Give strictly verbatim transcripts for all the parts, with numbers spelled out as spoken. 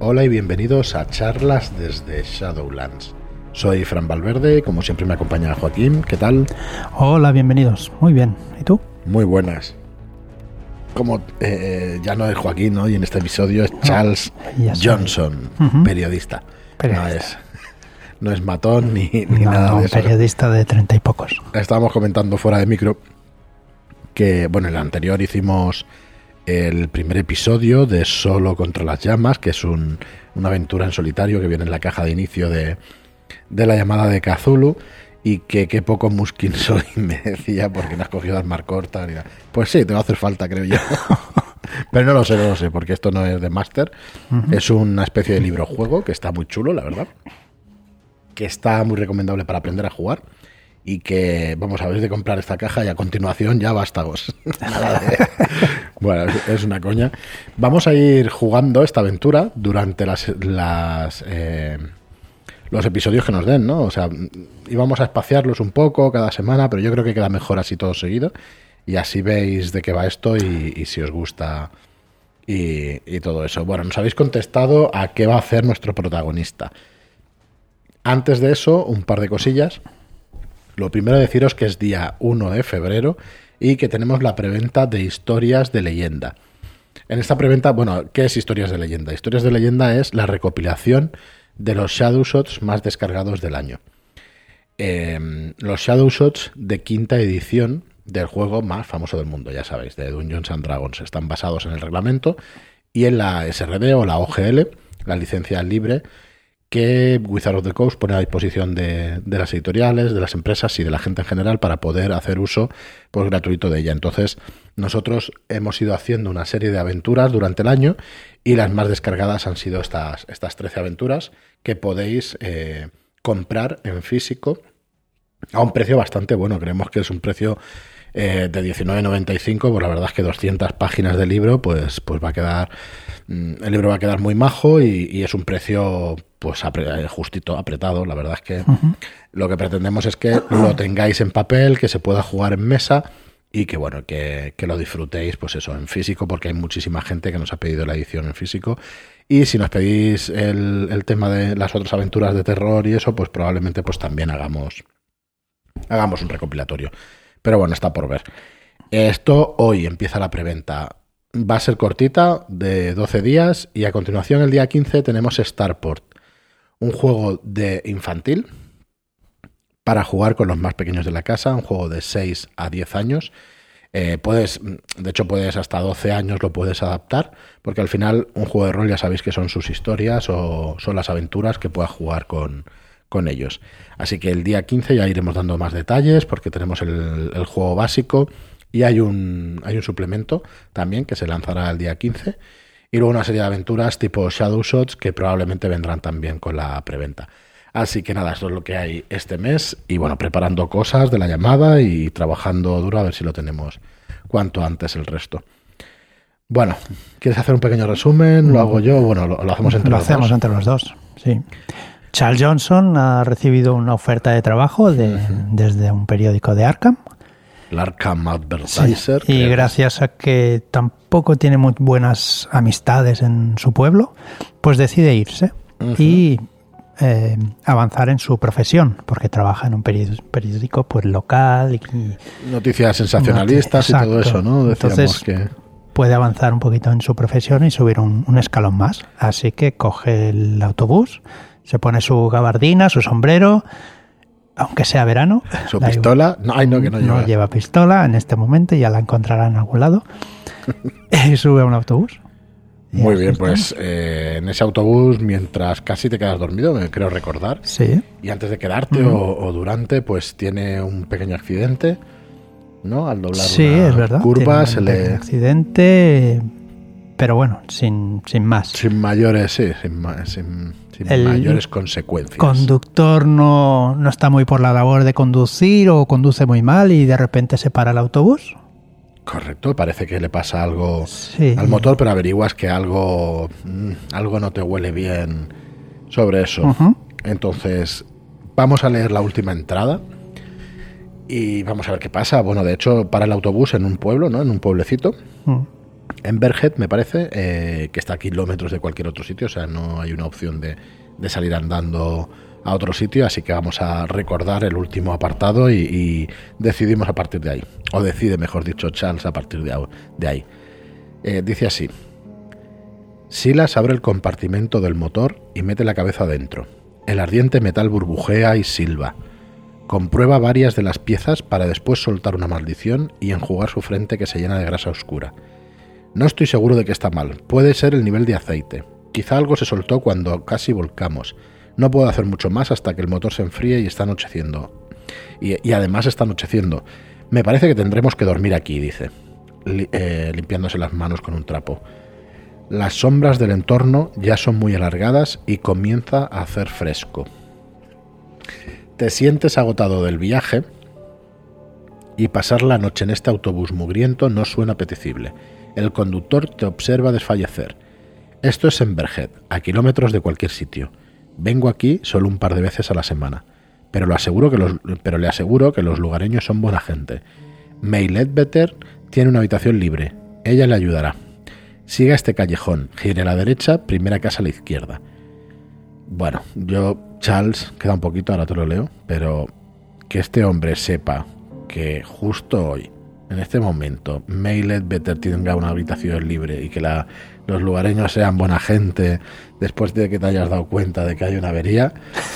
Hola y bienvenidos a charlas desde Shadowlands. Soy Fran Valverde, como siempre me acompaña Joaquín. ¿Qué tal? Hola, bienvenidos. Muy bien. ¿Y tú? Muy buenas. Como eh, ya no es Joaquín, ¿no? Y en este episodio es Charles no, Johnson, uh-huh. periodista. periodista. No es, no es matón ni, ni no, nada no, de eso. Periodista de treinta y pocos. Estábamos comentando fuera de micro que, bueno, en el anterior hicimos el primer episodio de Solo contra las llamas, que es un, una aventura en solitario que viene en la caja de inicio de, de la llamada de Cthulhu, y que qué poco muskin soy, me decía, porque no has cogido armas cortas ni nada. Pues sí, te va a hacer falta, creo yo. Pero no lo sé, no lo sé, porque esto no es de Master. Uh-huh. Es una especie de libro-juego que está muy chulo, la verdad. Que está muy recomendable para aprender a jugar. Y que, vamos a ver, de comprar esta caja y a continuación ya vástagos. Nada de... Bueno, es una coña. Vamos a ir jugando esta aventura durante las, las eh, los episodios que nos den, ¿no? O sea, íbamos a espaciarlos un poco cada semana, pero yo creo que queda mejor así todo seguido. Y así veis de qué va esto y, y si os gusta y, y todo eso. Bueno, nos habéis contestado a qué va a hacer nuestro protagonista. Antes de eso, un par de cosillas. Lo primero, deciros que es día uno de febrero y que tenemos la preventa de Historias de Leyenda. En esta preventa, bueno, ¿qué es Historias de Leyenda? Historias de Leyenda es la recopilación de los Shadowshots más descargados del año. Eh, los Shadowshots de quinta edición del juego más famoso del mundo, ya sabéis, de Dungeons and Dragons. Están basados en el reglamento y en la S R D o la O G L, la licencia libre, que Wizards of the Coast pone a disposición de, de las editoriales, de las empresas y de la gente en general para poder hacer uso pues, gratuito de ella. Entonces, nosotros hemos ido haciendo una serie de aventuras durante el año y las más descargadas han sido estas, estas trece aventuras que podéis eh, comprar en físico a un precio bastante bueno. Creemos que es un precio eh, de diecinueve noventa y cinco, pues la verdad es que doscientas páginas de libro, pues, pues va a quedar... El libro va a quedar muy majo y, y es un precio pues apre- justito, apretado. La verdad es que uh-huh. lo que pretendemos es que lo tengáis en papel, que se pueda jugar en mesa y que bueno, que, que lo disfrutéis pues eso, en físico, porque hay muchísima gente que nos ha pedido la edición en físico. Y si nos pedís el, el tema de las otras aventuras de terror y eso, pues probablemente pues también hagamos, hagamos un recopilatorio. Pero bueno, está por ver. Esto hoy empieza la preventa. Va a ser cortita, de doce días, y a continuación el día quince tenemos Starport, un juego de infantil para jugar con los más pequeños de la casa, un juego de seis a diez años. Eh, puedes, de hecho puedes hasta doce años lo puedes adaptar, porque al final un juego de rol ya sabéis que son sus historias o son las aventuras que puedas jugar con, con ellos. Así que el día quince ya iremos dando más detalles porque tenemos el, el juego básico. Y hay un, hay un suplemento también que se lanzará el día quince. Y luego una serie de aventuras tipo Shadowshots que probablemente vendrán también con la preventa. Así que nada, esto es lo que hay este mes. Y bueno, preparando cosas de la llamada y trabajando duro a ver si lo tenemos cuanto antes el resto. Bueno, ¿quieres hacer un pequeño resumen? ¿Lo hago yo? Bueno, lo, lo hacemos entre lo los hacemos dos. entre los dos, sí. Charles Johnson ha recibido una oferta de trabajo de, uh-huh. desde un periódico de Arkham. El Arkham Advertiser. Sí, y gracias a que tampoco tiene muy buenas amistades en su pueblo, pues decide irse uh-huh. y eh, avanzar en su profesión, porque trabaja en un periódico pues local. Y, noticias sensacionalistas not- y todo eso, ¿no? Decíamos Entonces que... puede avanzar un poquito en su profesión y subir un, un escalón más. Así que coge el autobús, se pone su gabardina, su sombrero... Aunque sea verano. ¿Su pistola? No, ay, no, que no lleva. No lleva pistola en este momento, ya la encontrará en algún lado. Y sube a un autobús. Muy bien, pues eh, en ese autobús, mientras casi te quedas dormido, me creo recordar. Sí. Y antes de quedarte mm. o, o durante, pues tiene un pequeño accidente, ¿no? Al doblar sí, una es verdad. curva, tiene se un le... accidente, pero bueno, sin, sin más. Sin mayores, sí, sin, sin, sin mayores consecuencias. El conductor no, no está muy por la labor de conducir o conduce muy mal y de repente se para el autobús. Correcto, parece que le pasa algo sí. al motor, pero averiguas que algo, algo no te huele bien sobre eso. Uh-huh. Entonces, vamos a leer la última entrada y vamos a ver qué pasa. Bueno, de hecho, para el autobús en un pueblo, ¿no? En un pueblecito. Uh-huh. Emberhead, me parece, eh, que está a kilómetros de cualquier otro sitio, o sea, no hay una opción de, de salir andando a otro sitio, así que vamos a recordar el último apartado y, y decidimos a partir de ahí, o decide, mejor dicho, Charles a partir de, de ahí. Eh, dice así: Silas abre el compartimento del motor y mete la cabeza dentro. El ardiente metal burbujea y silba. Comprueba varias de las piezas para después soltar una maldición y enjugar su frente que se llena de grasa oscura. No estoy seguro de que está mal. Puede ser el nivel de aceite. Quizá algo se soltó cuando casi volcamos. No puedo hacer mucho más hasta que el motor se enfríe y está anocheciendo. Y, y además está anocheciendo. Me parece que tendremos que dormir aquí, dice, li, eh, limpiándose las manos con un trapo. Las sombras del entorno ya son muy alargadas y comienza a hacer fresco. Te sientes agotado del viaje y pasar la noche en este autobús mugriento no suena apetecible. El conductor te observa desfallecer. Esto es Emberhead, a kilómetros de cualquier sitio. Vengo aquí solo un par de veces a la semana, pero, lo aseguro que los, pero le aseguro que los lugareños son buena gente. May Ledbetter tiene una habitación libre. Ella le ayudará. Siga este callejón, gire a la derecha, primera casa a la izquierda. Bueno, yo, Charles, queda un poquito, ahora te lo leo, pero que este hombre sepa que justo hoy, en este momento, May Ledbetter tenga una habitación libre y que la, los lugareños sean buena gente después de que te hayas dado cuenta de que hay una avería,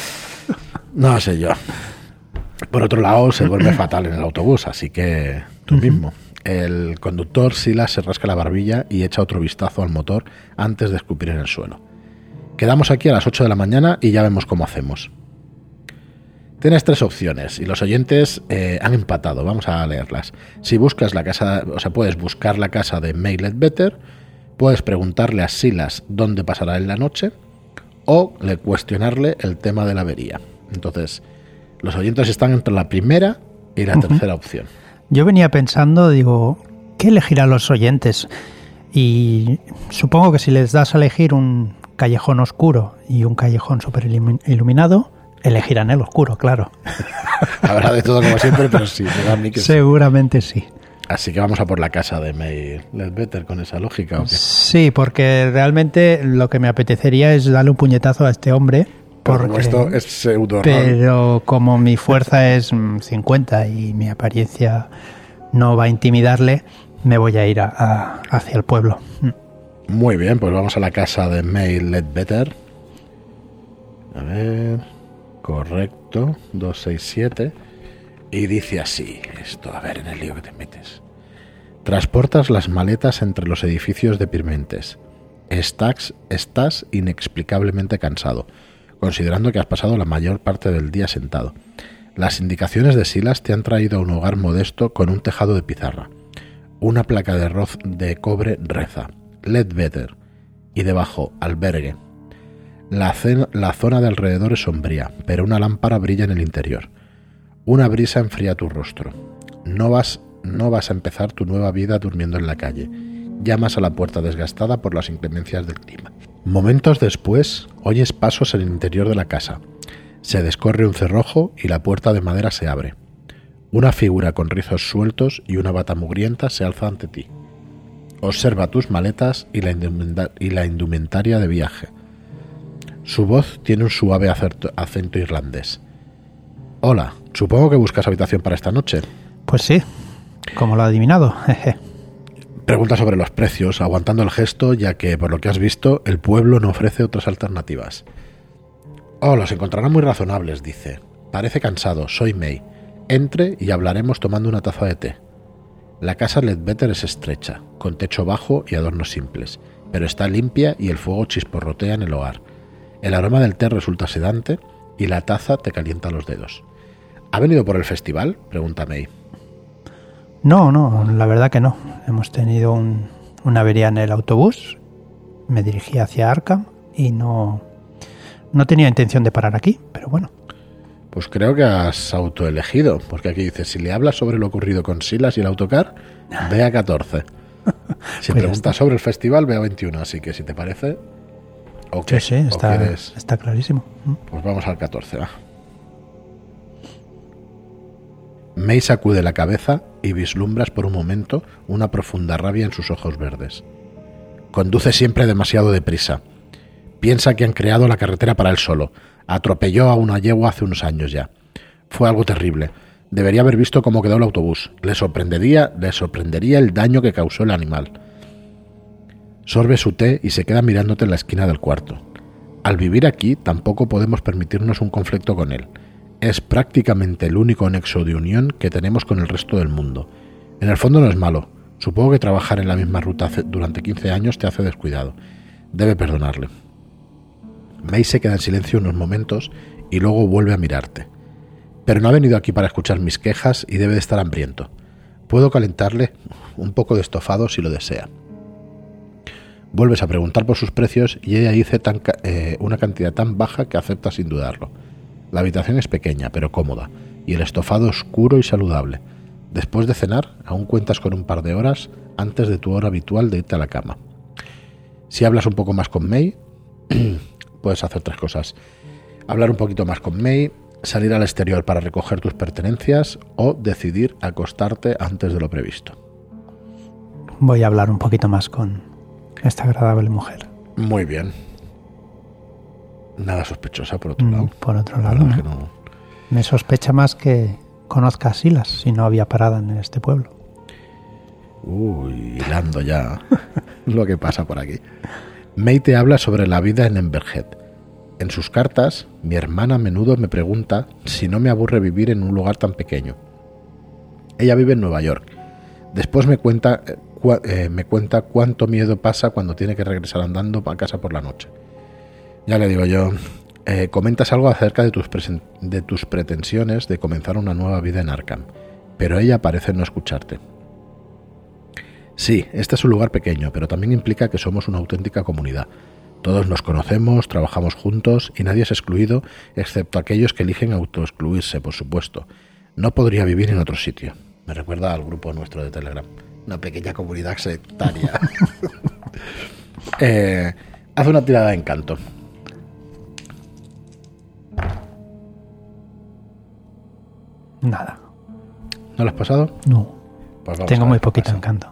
no sé yo. Por otro lado, se duerme fatal en el autobús, así que tú uh-huh. mismo. El conductor Silas se rasca la barbilla y echa otro vistazo al motor antes de escupir en el suelo. Quedamos aquí a las ocho de la mañana y ya vemos cómo hacemos. Tienes tres opciones y los oyentes eh, han empatado. Vamos a leerlas. Si buscas la casa, o sea, puedes buscar la casa de May Ledbetter, puedes preguntarle a Silas dónde pasará en la noche o le cuestionarle el tema de la avería. Entonces, los oyentes están entre la primera y la uh-huh. tercera opción. Yo venía pensando, digo, ¿qué elegirán los oyentes? Y supongo que si les das a elegir un callejón oscuro y un callejón súper iluminado, elegirán el oscuro, claro. Habrá de todo como siempre, pero sí, me da a mí que seguramente sí. sí. Así que vamos a por la casa de May Ledbetter con esa lógica, ¿o qué? Sí, porque realmente lo que me apetecería es darle un puñetazo a este hombre. Porque esto es pseudo, pero como mi fuerza es cincuenta y mi apariencia no va a intimidarle, me voy a ir a, a, hacia el pueblo. Muy bien, pues vamos a la casa de May Ledbetter. A ver, correcto, doscientos sesenta y siete. Y dice así, esto, a ver, en el lío que te metes. Transportas las maletas entre los edificios de Pirmentes. Estás, estás inexplicablemente cansado, considerando que has pasado la mayor parte del día sentado. Las indicaciones de Silas te han traído a un hogar modesto con un tejado de pizarra. Una placa de arroz de cobre reza Ledbetter y debajo albergue. La, cena, la zona de alrededor es sombría, pero una lámpara brilla en el interior. Una brisa enfría tu rostro. No vas, no vas a empezar tu nueva vida durmiendo en la calle. Llamas a la puerta desgastada por las inclemencias del clima. Momentos después, oyes pasos en el interior de la casa. Se descorre un cerrojo y la puerta de madera se abre. Una figura con rizos sueltos y una bata mugrienta se alza ante ti. Observa tus maletas y la, indumenta- y la indumentaria de viaje. Su voz tiene un suave acento, acento irlandés. Hola, supongo que buscas habitación para esta noche. Pues sí, como lo ha adivinado. Pregunta sobre los precios, aguantando el gesto, ya que, por lo que has visto, el pueblo no ofrece otras alternativas. Oh, los encontrarán muy razonables, dice. Parece cansado, soy May. Entre y hablaremos tomando una taza de té. La casa Ledbetter es estrecha, con techo bajo y adornos simples, pero está limpia y el fuego chisporrotea en el hogar. El aroma del té resulta sedante y la taza te calienta los dedos. ¿Ha venido por el festival?, pregunta May. No, no, la verdad que no. Hemos tenido un, una avería en el autobús, me dirigí hacia Arkham y no, no tenía intención de parar aquí, pero bueno. Pues creo que has autoelegido, porque aquí dice, si le hablas sobre lo ocurrido con Silas y el autocar, ve a catorce. Si pues preguntas sobre el festival, ve a veintiuno, así que si te parece... Okay, sí, sí, está, quieres, está clarísimo. Pues vamos al catorce, va. May sacude la cabeza y vislumbras por un momento una profunda rabia en sus ojos verdes. Conduce siempre demasiado deprisa. Piensa que han creado la carretera para él solo. Atropelló a una yegua hace unos años ya. Fue algo terrible. Debería haber visto cómo quedó el autobús. Le sorprendería, le sorprendería el daño que causó el animal. Sorbe su té y se queda mirándote en la esquina del cuarto. Al vivir aquí, tampoco podemos permitirnos un conflicto con él. Es prácticamente el único nexo de unión que tenemos con el resto del mundo. En el fondo no es malo. Supongo que trabajar en la misma ruta durante quince años te hace descuidado. Debe perdonarle. May se queda en silencio unos momentos y luego vuelve a mirarte. Pero no ha venido aquí para escuchar mis quejas y debe de estar hambriento. Puedo calentarle un poco de estofado si lo desea. Vuelves a preguntar por sus precios y ella dice tan, eh, una cantidad tan baja que acepta sin dudarlo. La habitación es pequeña pero cómoda y el estofado oscuro y saludable. Después de cenar, aún cuentas con un par de horas antes de tu hora habitual de irte a la cama. Si hablas un poco más con May, puedes hacer tres cosas. Hablar un poquito más con May, salir al exterior para recoger tus pertenencias o decidir acostarte antes de lo previsto. Voy a hablar un poquito más con esta agradable mujer. Muy bien. Nada sospechosa, por otro Mm, lado. Por otro lado, ¿no? no. Me sospecha más que conozca a Silas si no había parada en este pueblo. Uy, hilando ya lo que pasa por aquí. May te habla sobre la vida en Emberhead. En sus cartas, mi hermana a menudo me pregunta si no me aburre vivir en un lugar tan pequeño. Ella vive en Nueva York. Después me cuenta, eh, cu- eh, me cuenta cuánto miedo pasa cuando tiene que regresar andando a casa por la noche. Ya le digo yo, eh, comentas algo acerca de tus, presen- de tus pretensiones de comenzar una nueva vida en Arkham, pero ella parece no escucharte. Sí, este es un lugar pequeño, pero también implica que somos una auténtica comunidad. Todos nos conocemos, trabajamos juntos y nadie es excluido, excepto aquellos que eligen autoexcluirse, por supuesto. No podría vivir en otro sitio. Me recuerda al grupo nuestro de Telegram. Una pequeña comunidad sectaria. eh, haz una tirada de encanto. Nada. ¿No lo has pasado? No. Pues vamos a Tengo ver muy qué poquito pasa. encanto.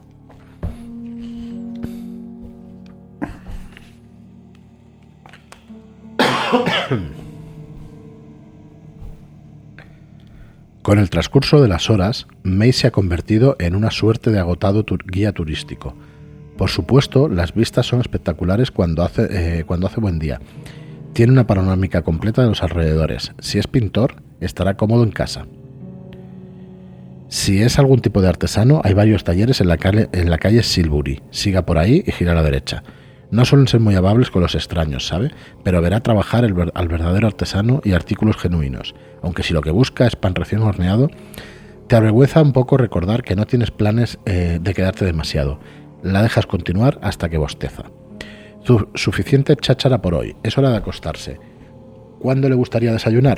Con el transcurso de las horas, May se ha convertido en una suerte de agotado tur- guía turístico. Por supuesto, las vistas son espectaculares cuando hace, eh, cuando hace buen día. Tiene una panorámica completa de los alrededores. Si es pintor, estará cómodo en casa. Si es algún tipo de artesano, hay varios talleres en la calle, en la calle Silbury. Siga por ahí y gira a la derecha. No suelen ser muy amables con los extraños, ¿sabe? Pero verá trabajar el ver- al verdadero artesano y artículos genuinos. Aunque si lo que busca es pan recién horneado, te avergüenza un poco recordar que no tienes planes eh, de quedarte demasiado. La dejas continuar hasta que bosteza. Su- suficiente cháchara por hoy. Es hora de acostarse. ¿Cuándo le gustaría desayunar?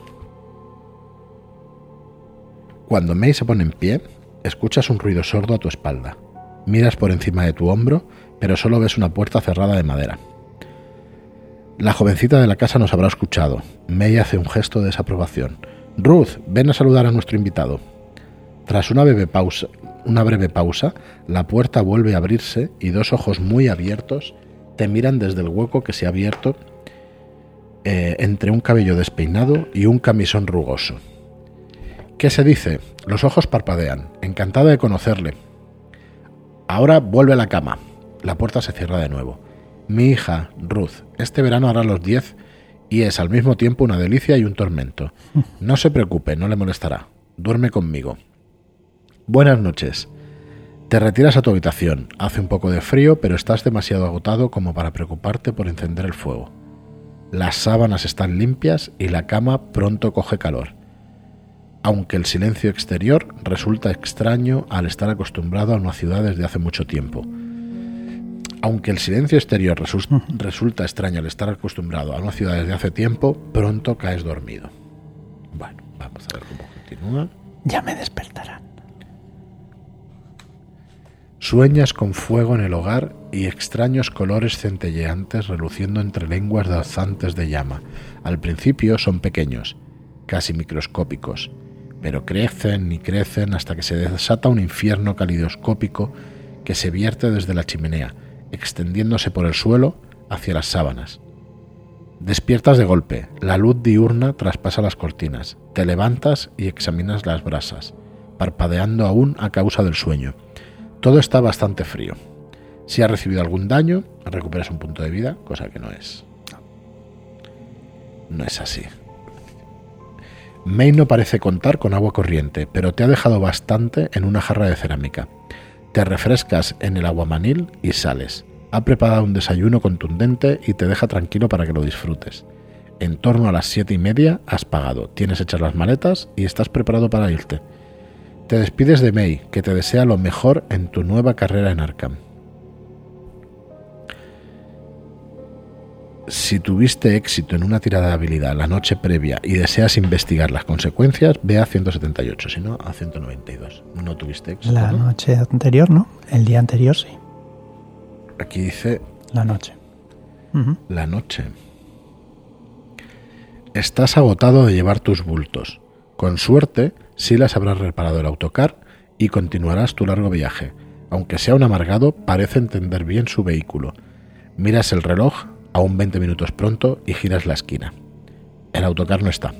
Cuando May se pone en pie, escuchas un ruido sordo a tu espalda. Miras por encima de tu hombro, pero solo ves una puerta cerrada de madera. La jovencita de la casa nos habrá escuchado. May hace un gesto de desaprobación. Ruth, ven a saludar a nuestro invitado. Tras una breve pausa, una breve pausa, la puerta vuelve a abrirse y dos ojos muy abiertos te miran desde el hueco que se ha abierto eh, entre un cabello despeinado y un camisón rugoso. ¿Qué se dice? Los ojos parpadean. Encantada de conocerle. Ahora vuelve a la cama. La puerta se cierra de nuevo. Mi hija, Ruth, este verano hará los diez y es al mismo tiempo una delicia y un tormento. No se preocupe, no le molestará. Duerme conmigo. Buenas noches. Te retiras a tu habitación. Hace un poco de frío, pero estás demasiado agotado como para preocuparte por encender el fuego. Las sábanas están limpias y la cama pronto coge calor. Aunque el silencio exterior resulta extraño al estar acostumbrado a una ciudad desde hace mucho tiempo. Aunque el silencio exterior resu- resulta extraño al estar acostumbrado a una ciudad desde hace tiempo, pronto caes dormido. Bueno, vamos a ver cómo continúa. Ya me despertarán. Sueñas con fuego en el hogar y extraños colores centelleantes reluciendo entre lenguas danzantes de llama. Al principio son pequeños, casi microscópicos, pero crecen y crecen hasta que se desata un infierno calidoscópico que se vierte desde la chimenea, extendiéndose por el suelo hacia las sábanas. Despiertas de golpe, la luz diurna traspasa las cortinas, te levantas y examinas las brasas, parpadeando aún a causa del sueño. Todo está bastante frío. Si has recibido algún daño, recuperas un punto de vida, cosa que no es. No es así. May no parece contar con agua corriente, pero te ha dejado bastante en una jarra de cerámica. Te refrescas en el aguamanil y sales. Ha preparado un desayuno contundente y te deja tranquilo para que lo disfrutes. En torno a las siete y media has pagado, tienes hechas las maletas y estás preparado para irte. Te despides de May, que te desea lo mejor en tu nueva carrera en Arkham. Si tuviste éxito en una tirada de habilidad la noche previa y deseas investigar las consecuencias, ve a ciento setenta y ocho, si no, a ciento noventa y dos. No tuviste éxito, La ¿no? noche anterior, ¿no? El día anterior, sí. Aquí dice... La noche. Uh-huh. La noche. Estás agotado de llevar tus bultos. Con suerte, Silas habrá reparado el autocar y continuarás tu largo viaje. Aunque sea un amargado, parece entender bien su vehículo. Miras el reloj, aún veinte minutos pronto, y giras la esquina. El autocar no está.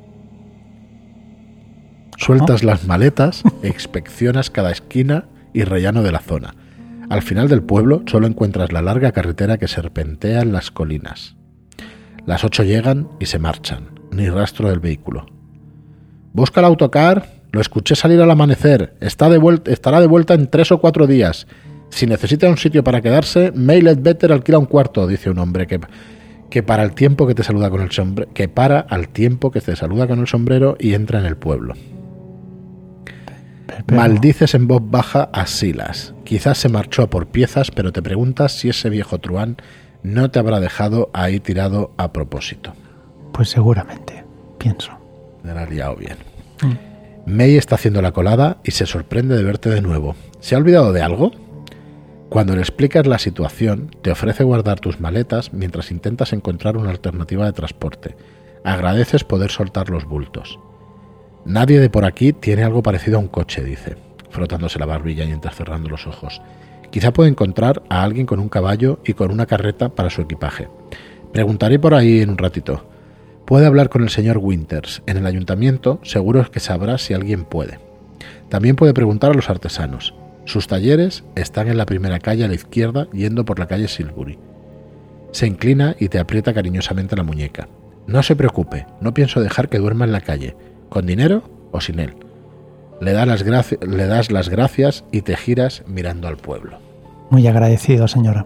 Sueltas las maletas, inspeccionas cada esquina y rellano de la zona. Al final del pueblo solo encuentras la larga carretera que serpentea en las colinas. Las ocho llegan y se marchan, ni rastro del vehículo. Busca el autocar, lo escuché salir al amanecer, está de vuelta, estará de vuelta en tres o cuatro días. Si necesita un sitio para quedarse, May Ledbetter alquila un cuarto, dice un hombre que, que para el tiempo que te saluda con el sombrero, que para al tiempo que te saluda con el sombrero y entra en el pueblo. Pero... Maldices en voz baja a Silas. Quizás se marchó a por piezas, pero te preguntas si ese viejo truán no te habrá dejado ahí tirado a propósito. Pues seguramente, pienso. Me la has liado bien. Mm. May está haciendo la colada y se sorprende de verte de nuevo. ¿Se ha olvidado de algo? Cuando le explicas la situación, te ofrece guardar tus maletas mientras intentas encontrar una alternativa de transporte. Agradeces poder soltar los bultos. Nadie de por aquí tiene algo parecido a un coche, dice, frotándose la barbilla y entrecerrando los ojos. Quizá pueda encontrar a alguien con un caballo y con una carreta para su equipaje. Preguntaré por ahí en un ratito. Puede hablar con el señor Winters. En el ayuntamiento seguro que sabrá si alguien puede. También puede preguntar a los artesanos. Sus talleres están en la primera calle a la izquierda, yendo por la calle Silbury. Se inclina y te aprieta cariñosamente la muñeca. No se preocupe, no pienso dejar que duerma en la calle, con dinero o sin él. Le, da las graci- le das las gracias y te giras mirando al pueblo. Muy agradecido, señora.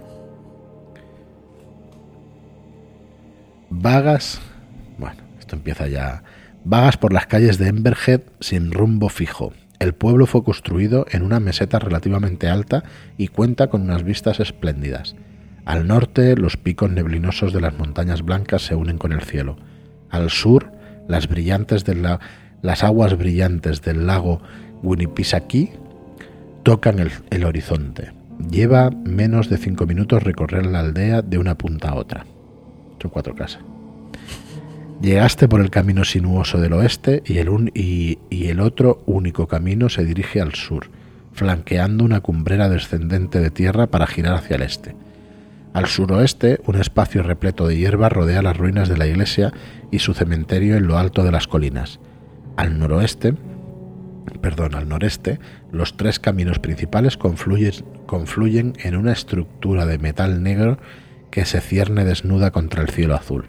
Vagas... Bueno, esto empieza ya... Vagas por las calles de Emberhead sin rumbo fijo. El pueblo fue construido en una meseta relativamente alta y cuenta con unas vistas espléndidas. Al norte, los picos neblinosos de las montañas blancas se unen con el cielo. Al sur, las, brillantes de la, las aguas brillantes del lago Winnipesaukee tocan el, el horizonte. Lleva menos de cinco minutos recorrer la aldea de una punta a otra. Son cuatro casas. Llegaste por el camino sinuoso del oeste y el, un, y, y el otro único camino se dirige al sur, flanqueando una cumbrera descendente de tierra para girar hacia el este. Al suroeste, un espacio repleto de hierba rodea las ruinas de la iglesia y su cementerio en lo alto de las colinas. Al noroeste, perdón, al noreste, los tres caminos principales confluyen, confluyen en una estructura de metal negro que se cierne desnuda contra el cielo azul.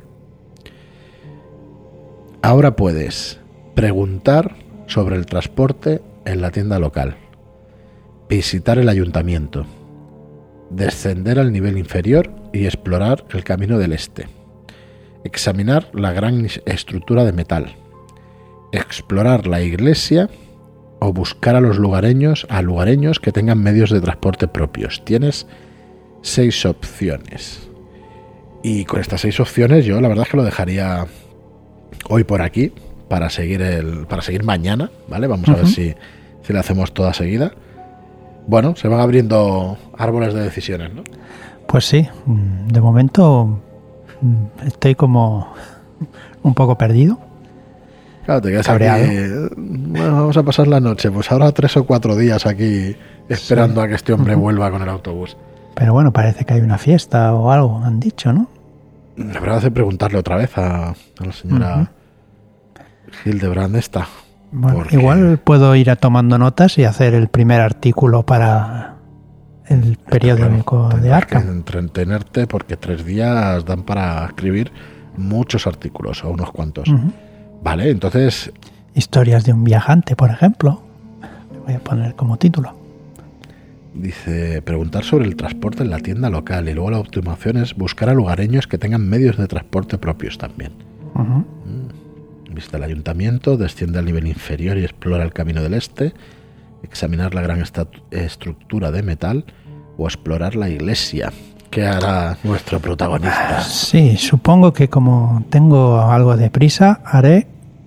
Ahora puedes preguntar sobre el transporte en la tienda local, visitar el ayuntamiento, descender al nivel inferior y explorar el camino del este, examinar la gran estructura de metal, explorar la iglesia o buscar a los lugareños, a lugareños que tengan medios de transporte propios. Tienes seis opciones. Y con estas seis opciones yo la verdad es que lo dejaría hoy por aquí para seguir el para seguir mañana, ¿vale? Vamos uh-huh. a ver si, si la hacemos toda seguida. Bueno, se van abriendo árboles de decisiones, ¿no? Pues sí, de momento estoy como un poco perdido. Claro, te quedas cabreado. aquí, bueno, vamos a pasar la noche, pues ahora tres o cuatro días aquí esperando sí. a que este hombre uh-huh. vuelva con el autobús. Pero bueno, parece que hay una fiesta o algo, han dicho, ¿no? La verdad es de preguntarle otra vez a, a la señora uh-huh. Hildebrand esta. Bueno, porque... igual puedo ir a tomando notas y hacer el primer artículo para el periódico claro, de Arkham. Que entretenerte porque tres días dan para escribir muchos artículos o unos cuantos. Uh-huh. Vale, entonces... Historias de un viajante, por ejemplo. Le voy a poner como título. Dice, preguntar sobre el transporte en la tienda local y luego la optimización es buscar a lugareños que tengan medios de transporte propios también. Uh-huh. Mm. Visita el ayuntamiento, desciende al nivel inferior y explora el camino del este, examinar la gran estatu- estructura de metal o explorar la iglesia. ¿Qué hará nuestro protagonista? Sí, supongo que como tengo algo de prisa, haré...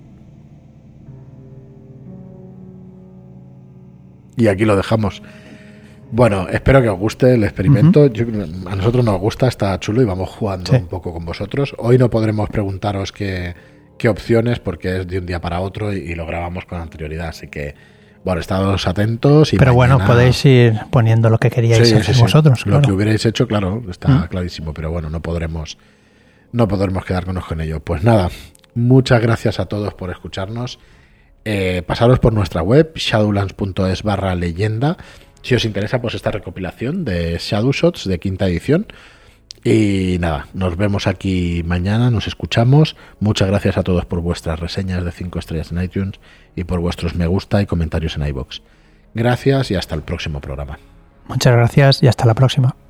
Y aquí lo dejamos. Bueno, espero que os guste el experimento. Uh-huh. Yo, a nosotros nos gusta, está chulo y vamos jugando sí. un poco con vosotros. Hoy no podremos preguntaros qué, qué opciones porque es de un día para otro y, y lo grabamos con anterioridad. Así que, bueno, estados atentos. Y Pero mañana... bueno, podéis ir poniendo lo que queríais sí, hacer sí, vosotros. Sí. Claro. Lo que hubierais hecho, claro, está uh-huh. clarísimo. Pero bueno, no podremos, no podremos quedarnos con ello. Pues nada, muchas gracias a todos por escucharnos. Eh, pasaros por nuestra web, shadowlands.es barra leyenda. Si os interesa, pues esta recopilación de Shadowshots de quinta edición. Y nada, nos vemos aquí mañana, nos escuchamos. Muchas gracias a todos por vuestras reseñas de cinco estrellas en iTunes y por vuestros me gusta y comentarios en iVoox. Gracias y hasta el próximo programa. Muchas gracias y hasta la próxima.